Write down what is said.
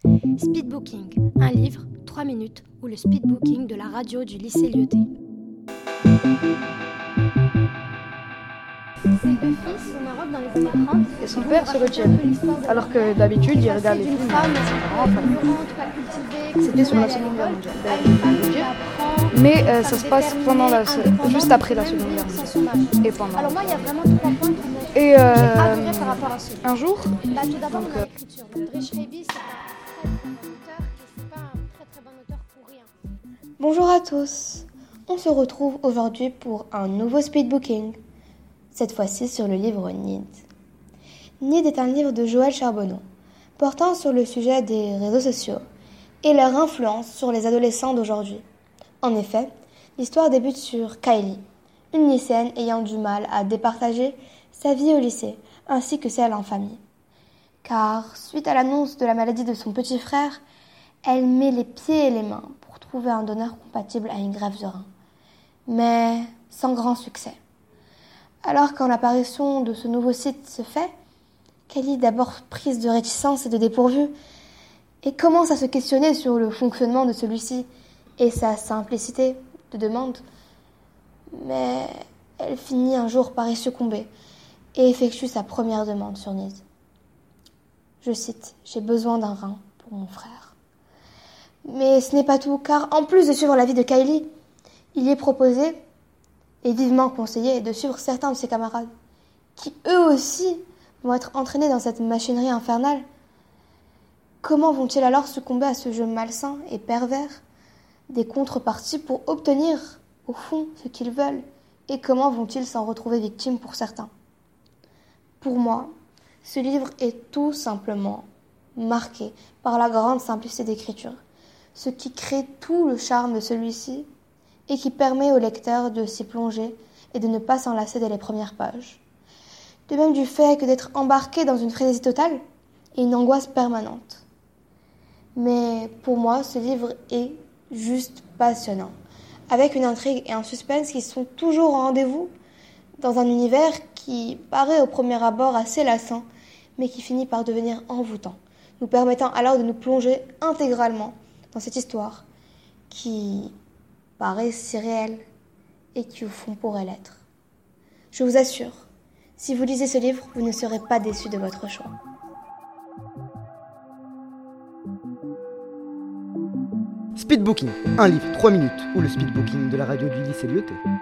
Speedbooking, un livre, 3 minutes, ou le speedbooking de la radio du lycée Lyoté. Ces deux fils au Maroc dans les années 30 et son père se retiennent, alors que d'habitude il regarde les films femme C'était sur la Seconde Guerre mondiale, je veux dire. Mais ça se passe juste après la Seconde Guerre mondiale et pendant. Alors moi il y a vraiment 3 points qui m'ont Et adoré par rapport à ce un jour, tout d'abord dans l'écriture. Drish Rabi, c'est un très très bon auteur et c'est pas un très bon auteur pour rien. Bonjour à tous, on se retrouve aujourd'hui pour un nouveau speedbooking, cette fois-ci sur le livre Need. Need est un livre de Joël Charbonneau, portant sur le sujet des réseaux sociaux et leur influence sur les adolescents d'aujourd'hui. En effet, l'histoire débute sur Kylie, une lycéenne ayant du mal à départager sa vie au lycée ainsi que celle en famille. Car, suite à l'annonce de la maladie de son petit frère, elle met les pieds et les mains pour trouver un donneur compatible à une greffe de rein. Mais sans grand succès. Alors quand l'apparition de ce nouveau site se fait, Kylie, d'abord prise de réticence et de dépourvu, et commence à se questionner sur le fonctionnement de celui-ci et sa simplicité de demande. Mais elle finit un jour par y succomber et effectue sa première demande sur Need. Je cite, « J'ai besoin d'un rein pour mon frère ». Mais ce n'est pas tout, car en plus de suivre la vie de Kylie, il y est proposé et vivement conseillé de suivre certains de ses camarades, qui eux aussi vont être entraînés dans cette machinerie infernale. Comment vont-ils alors succomber à ce jeu malsain et pervers des contreparties pour obtenir, au fond, ce qu'ils veulent? Et comment vont-ils s'en retrouver victimes pour certains? Pour moi, ce livre est tout simplement marqué par la grande simplicité d'écriture, ce qui crée tout le charme de celui-ci et qui permet au lecteur de s'y plonger et de ne pas s'en lasser dès les premières pages. De même du fait que d'être embarqué dans une frénésie totale et une angoisse permanente. Mais pour moi, ce livre est juste passionnant, avec une intrigue et un suspense qui sont toujours au rendez-vous dans un univers qui paraît au premier abord assez lassant, mais qui finit par devenir envoûtant, nous permettant alors de nous plonger intégralement dans cette histoire qui paraît si réelle et qui au fond pourrait l'être. Je vous assure, si vous lisez ce livre, vous ne serez pas déçus de votre choix. Speedbooking, un livre, 3 minutes, ou le speedbooking de la radio du lycée Lyoté.